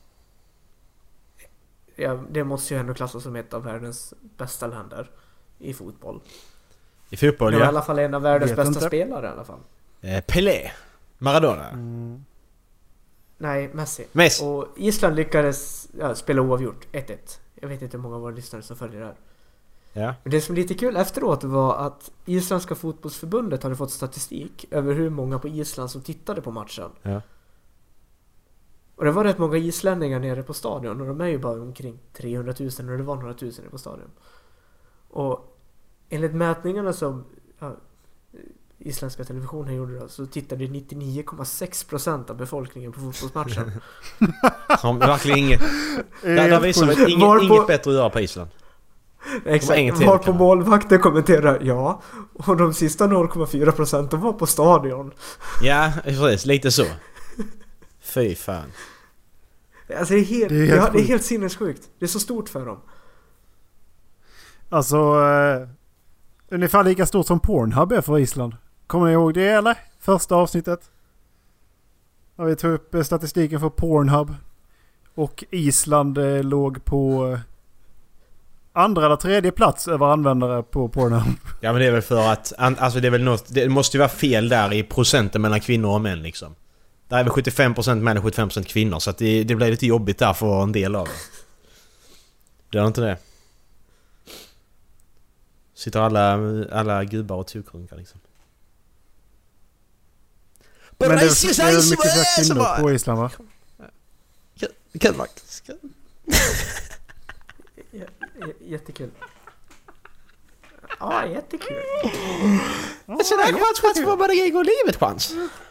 Ja, det måste ju ändå klassas som ett av världens bästa länder i fotboll. I fotboll, ja. I alla fall en av världens bästa spelare i alla fall. Pelé. Maradona. Nej, Messi. Och Island lyckades spela oavgjort 1-1. Jag vet inte hur många av våra lyssnare som följer det här. Ja. Men det som är lite kul efteråt var att Isländska fotbollsförbundet hade fått statistik över hur många på Island som tittade på matchen. Ja. Och det var rätt många islänningar nere på stadion. Och de är ju bara omkring 300 000 och det var några tusen på stadion. Och enligt mätningarna som isländska televisionen gjorde då, så tittade 99,6% av befolkningen på fotbollsmatchen. Som verkligen inget. Där visar det inget bättre att göra på Island. Exakt, var på målvakten kommenterar ja. Och de sista 0,4% de var på stadion. Ja, precis, lite så. Fy fan. Alltså det är helt sinnessjukt. Det är så stort för dem. Alltså ungefär lika stort som Pornhub är för Island. Kommer ni ihåg det eller? Första avsnittet. När vi tog upp statistiken för Pornhub. Och Island låg på andra eller tredje plats över användare på Pornhub. Ja, men det är väl för att alltså det är väl något, det måste ju vara fel där i procenten mellan kvinnor och män liksom. Där är väl 75% män och 75% kvinnor, så att det blir lite jobbigt där för en del av det. Det är inte det. Sitter alla gubbar och tokrunkar liksom. Men det är mycket fler kvinnor på Island, va? Kan man... Jättekul. Ja, jättekul. Så där chans får man det gå livet chans.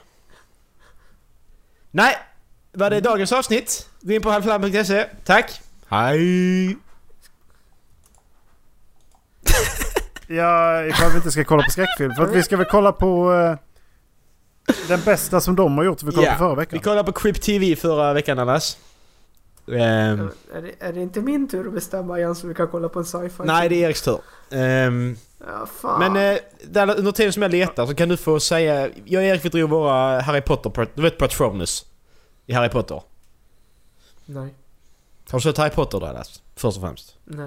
Nej, var det dagens avsnitt? Gå in på halvflam.se. Tack. Hej. Ja, ifall vi inte ska kolla på skräckfilm. För att vi ska väl kolla på den bästa som de har gjort. Vi kollade på förra veckan. Vi kollade på Crip TV förra veckan annars. Är det inte min tur att bestämma igen så vi kan kolla på en sci-fi? Nej, det är Eriks tur. Ja, fan. Men där, under tiden som jag letar så kan du få säga... Jag och Erik, vi drog våra Harry Potter... Du vet Patronus i Harry Potter? Nej. Har du sett Harry Potter där, läst? Först och främst. Nej.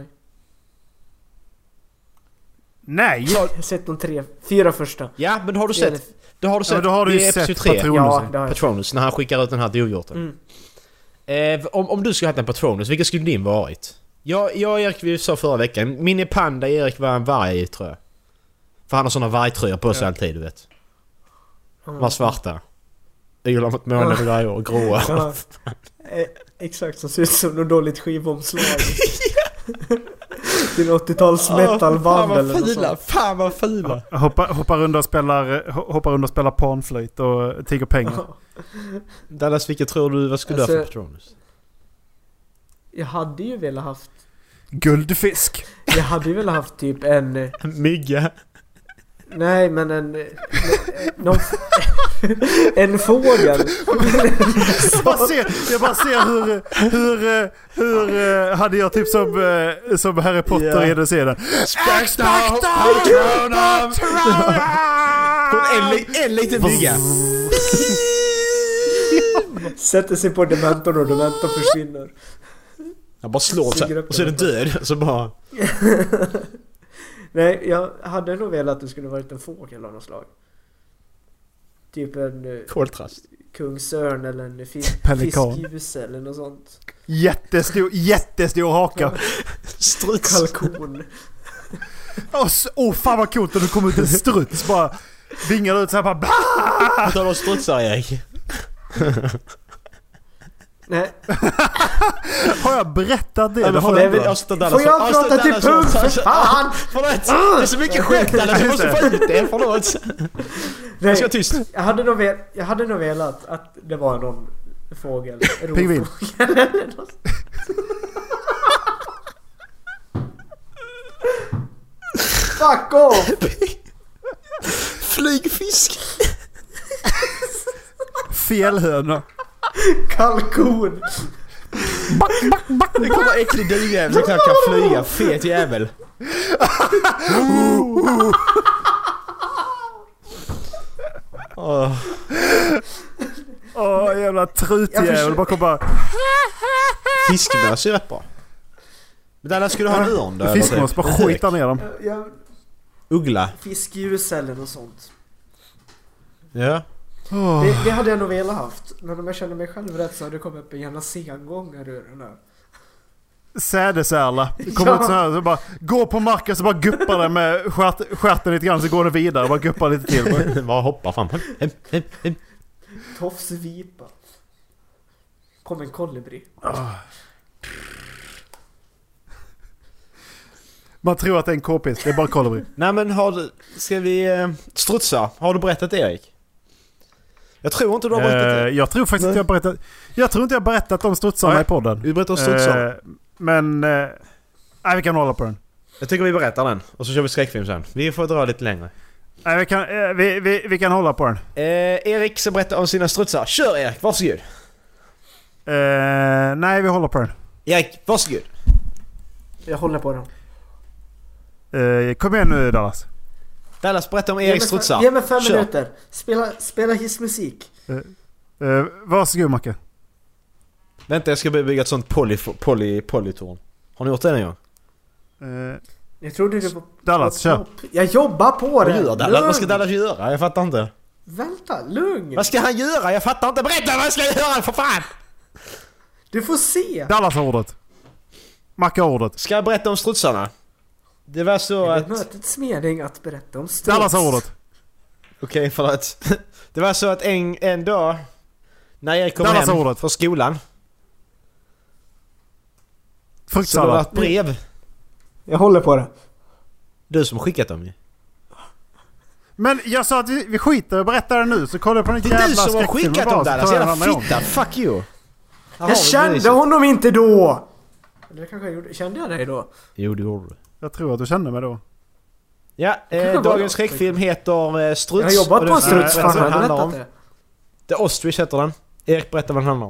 Nej! Jag har sett de 4 första. Ja, men har du sett... Då har du sett... Ja, då har du ju sett Patronus. Ja, Patronus, när han skickar ut den här djurhjorten. Om du skulle ha haft en Patronus, vilken skulle din varit? Jag och Erik, vi sa förra veckan, min panda Erik var en varg, tror jag. För han har såna vargtröjor på sig alltid, du vet. Var svarta. Ylar mot månen grejer och gråa. Ja, exakt, som ser ut som något dåligt skivomslag. Till 80-tals metalband eller något sånt. Fan vad fula. Hoppar runt och spelar panflöjt och tigger pengar. Dallas, vilket tror du, vad skulle du ha för Patronus? Jag hade ju velat haft... Guldfisk. Jag hade ju velat haft typ en... Mygga. Nej, men en fågel. Jag bara ser hur hade jag typ som Harry Potter i den scenen. En liten mygga. Sätter sig på dementorn och dementorn försvinner. Jag bara slår så här, och så är det död. Så bara... Nej, jag hade nog velat att det skulle varit en fågel av något slag. Typ en koltrast, kungsörn eller en fiskljus eller något sånt. Jättestor haka. Struts. Kalkon. Fan vad coolt när du kommer ut en struts bara vingar ut så här bara. Vad tar du strutsar, Erik? Nej. Har jag berättat det? Ja, får jag prata till punkt för fan? Förlåt, det är så mycket skämt där, jag måste få ut det, förlåt. Nej, jag ska tyst. Jag hade nog velat att det var någon fågel. Pingvin. Fuck off! Flygfisk. Fjällhöna. Kalkon. Det kommer äcklig duvjävel som knappt kan flyga. Fet jävel. Jävla trutjävel. Bara kom bara. Fiskmöss är rätt bra. Men där skulle du ha en örn där. Fiskmås, bara skita ner dem. Uggla. Fiskljus eller något sånt. Ja. Det hade jag nog velat haft. Men om jag känner mig själv rätt så hade det kommit upp en jävla sengångare ur den här. Sädesärla. Kommer ut så här så bara gå på marken så bara guppar den med stjärten lite grann så går den vidare. Bara guppar lite till. Bara hoppar fram. Tofsvipa. Kom en kolibri. Man tror att det är en k-pist. Det är bara kolibri. Nej, men ska vi strutsa? Har du berättat det, Erik? Jag tror inte du har berättat det. Jag tror faktiskt inte jag har berättat. Jag tror inte jag har berättat om strutsarna i podden. Vi berättar om strutsarna. Men vi kan hålla på den. Jag tycker vi berättar den. Och så kör vi skräckfilm sen. Vi får dra lite längre. Vi kan hålla på den. Erik ska berätta om sina strutsar. Kör, Erik, varsågod. Nej, vi håller på den. Erik, varsågod. Jag håller på den. Kom igen nu, Dallas. Dallas, berätta om Erik strutsar. Ge mig 5 minuter. Spela hissmusik. Varsågod, Macke. Vänta, jag ska bygga ett sånt polytorn. Har ni gjort det en gång? Jag trodde du var... Dallas, kör. Jag jobbar på det. Vad ska Dallas göra? Jag fattar inte. Vänta, lugn. Vad ska han göra? Jag fattar inte. Berätta vad jag ska göra, för fan! Du får se. Dallas har ordet. Macke har ordet. Ska jag berätta om strutsarna? Det var så att... Det är mötets mening att berätta om struts. Dallas har ordet. Okej, förlåt. Det var så att en dag när jag kom Dallas hem ordet. från skolan så det var Fruktsallad. ett brev. Jag håller på det. Du som skickat dem ju. Men jag sa att vi skiter och berättar det nu, så kollar jag på den Det är jävla du som har skräckfilmen skickat bara, dem så där. tar jag Jävla en annan gång. fitta. Fuck you. Jag kände honom inte då. Eller kanske jag gjorde. Kände jag dig då? Jo, det gjorde du. Jag tror att du kände mig då. Ja, dagens skräckfilm heter Struts. Jag har jobbat på en struts. Fan, Fan, jag har handlar om. berättat The det. Ostrich heter den. Erik, berätta vad den handlar om.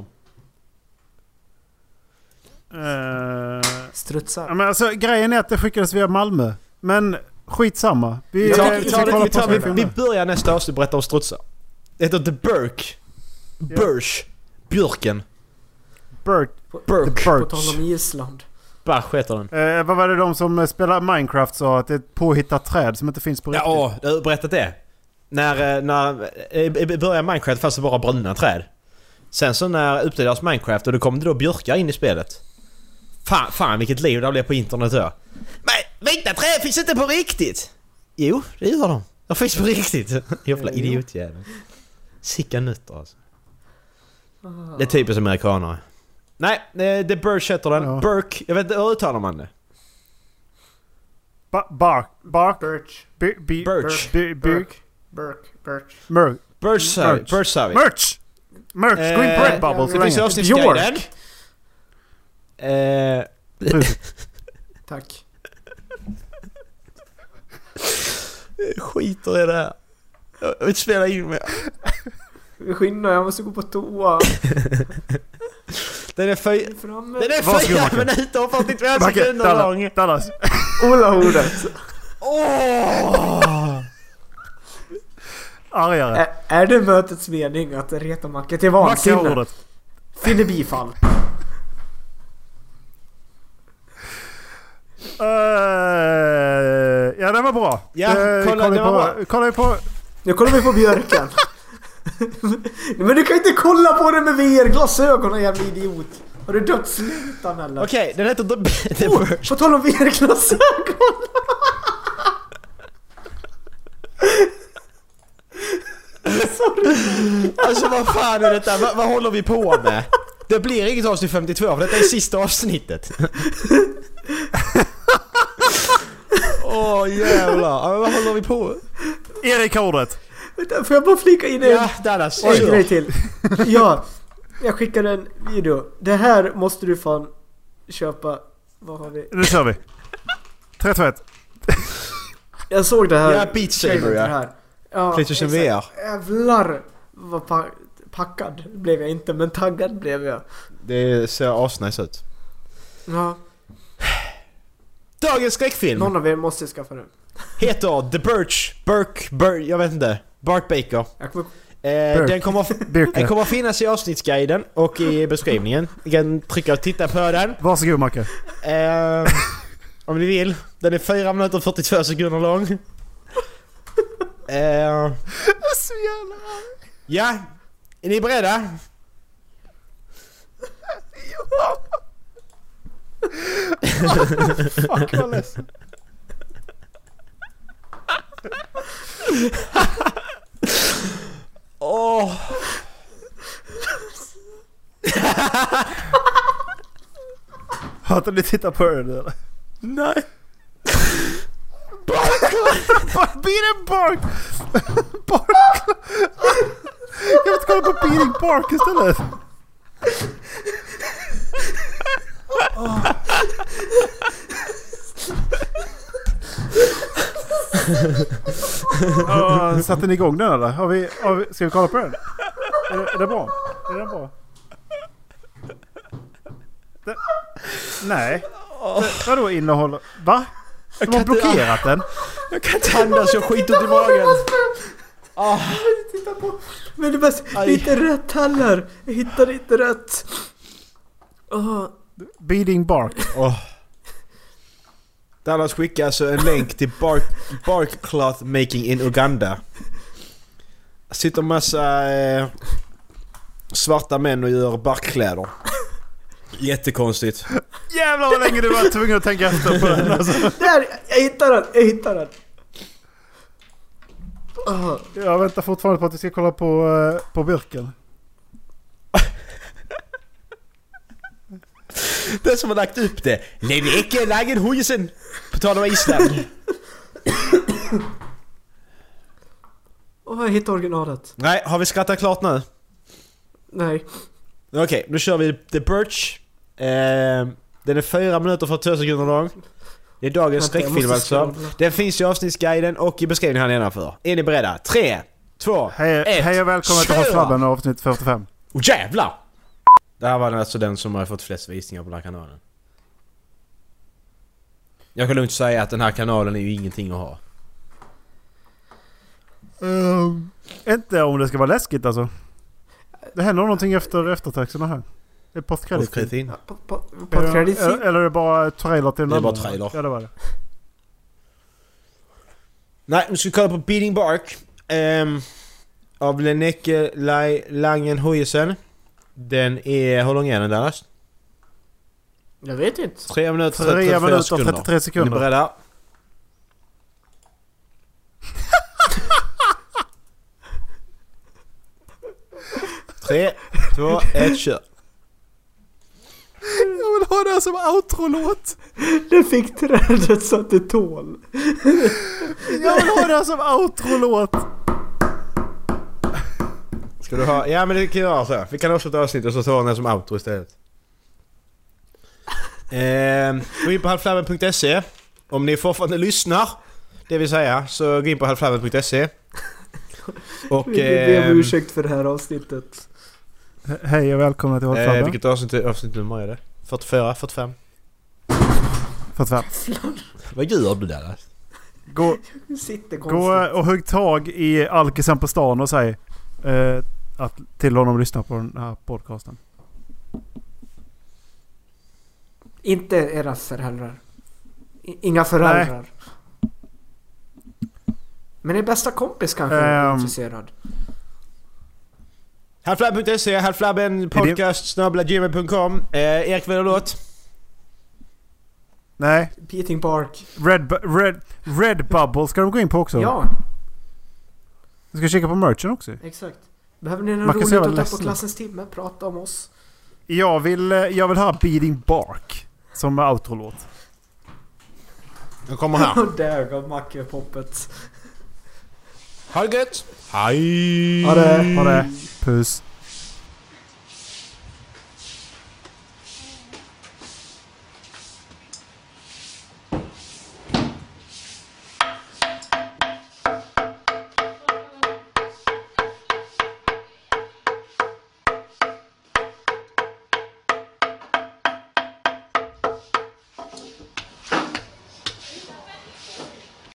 Strutsar. Ja, men alltså, grejen är att det skickades via Malmö. Men skitsamma. Vi börjar nästa avsnitt berätta om strutsar. Det heter The Birch. Björken. Birch. På tal om Island. Bach heter den. Vad var det de som spelar Minecraft sa? Att det är ett påhittat träd som inte finns på riktigt. Ja, jag har berättat det. När i början Minecraft fanns det bara brunna träd. Sen så när uppdaterades Minecraft och då kom det då björkar in i spelet. Fan vilket liv det blev på internet då. Men vita träd finns inte på riktigt. Jo, det gör de. De finns på riktigt. Jävla idiotjävel. Sicka nötter alltså. Det är typiskt amerikanare. Nej, The Birch heter den. Ja. Burke, jag vet inte, hur uttalar man det? Birch. Merch. Gå in på Redbubble. Det finns avsnittsguiden. Tack. Skiter i det här. Jag vill spela in med. Skynda, jag måste gå på toa. Den är 4 minuter och 42 sekunder lång. Dallas. Ola ordet. Argare. Är det mötets mening att reta Macke till vansinne? Finner bifall. Ja, det var bra. Ja, kolla på. Nu kollar vi på björken. Men du kan inte kolla på det med VR-glasögon, jävla idiot. Har du dödslutan eller? Okej, den heter The Birch. På tal om VR-glasögon. Sorry. Alltså vad fan är detta? Vad håller vi på med? Det blir inget avsnitt 52 för detta är sista avsnittet. Jävlar. Men vad håller vi på? Erik har ordet. Vänta, får jag bara flika in en grej till? Ja, jag skickade en video. Det här måste du fan köpa. Vad har vi? Nu kör vi. 3-2-1. Jag såg det här. Ja, Beat Saber, ja. PlayStation VR. Jävlar vad packad blev jag inte, men taggad blev jag. Det ser asnice ut. Ja. Dagens skräckfilm. Någon av er måste skaffa den. Heter The Birch. Jag vet inte. Bart Baker. Den kommer att finnas i avsnittsguiden och i beskrivningen. Ni kan trycka och titta på den. Varsågod, Macke. Om ni vill. Den är 4 minuter och 42 sekunder lång. Så jävla. Ja. Är ni beredda? Ja. Fuck, vad ledsen. Har inte ni tittat på det eller? Nej. Beating Bark! Jag vill kolla på Beating Bark istället. Satte ni igång den eller? Ska vi kolla på den? Är det bra? Är den bra? Nej. Vadå innehåller... Va? De har blockerat den. Jag kan inte andas, jag skiter i magen. Titta på. Men det är inte rätt heller. Jag hittade inte rätt. Beating Bark. Dallas skickar alltså en länk till bark cloth making in Uganda. Sitter massa svarta män och gör barkkläder. Jättekonstigt. Jävlar vad länge du var tvungen att tänka efter på den alltså. Där, jag hittar den. Jag väntar fortfarande på att vi ska kolla på burken. Den som har lagt upp det. Levi Ecke lagen huisen. På tal om Island. Jag hittade originalet. Nej, har vi skrattat klart nu? Nej. Okej, nu kör vi The Birch. Den är 4 minuter för 2 sekunder lång. Det är dagens skräckfilm alltså. Den finns i avsnittsguiden och i beskrivningen här nedanför. Är ni beredda? 3, 2, 1. Hej och välkommen till Hållflabben avsnitt 45. Jävlar! Det här var alltså den som har fått flest visningar på den här kanalen. Jag kan lugnt säga att den här kanalen är ju ingenting att ha. Inte om det ska vara läskigt alltså. Det händer någonting efter eftertexterna här. Det är postkredit. Postkredit. Eller är det bara trailer till den? Det är bara trailer. Ja, det var det. Nej, nu ska vi kolla på Beating Bark. Av Lenneke Langenhuisen. Den är... Hur lång är den där? Jag vet inte. 3 minuter 33 sekunder. Är ni beredda? Tre, 2, 1, kör. Jag vill ha det här som outro-låt. Det fick trädet så att det tål. Jag vill ha det här som outro-låt. Ska du ha... Ja, men det kan jag göra så. Vi kan också ta avsnitt och så ta den som outro istället. Gå in på halflabben.se. Om ni fortfarande lyssnar, det vill säga, så gå in på halflabben.se. Och vi ber om ursäkt för det här avsnittet. Hej och välkomna till Hållflabben. Vilket avsnitt nummer är det? 44, 45? 45. Vad gör du där? Gå och hugg tag i alkisen på stan och säg att till honom lyssna på den här podcasten. Inte era föräldrar. Inga föräldrar. Nej. Men er bästa kompis kanske är intresserad. Halflabben.se, halflabben podcast@gmail.com. Erik, vill låt? Nej. Beating Bark. Redbubble ska de gå in på också. Ja. Du ska kika på merchen också. Exakt. Behöver ni något roligt att ta på klassens timme? Prata om oss. Jag vill ha Beating Bark som outro-låt. Jag kommer här. Och där gav Macke poppet. Ha det gött. Hej. Ha det. Puss.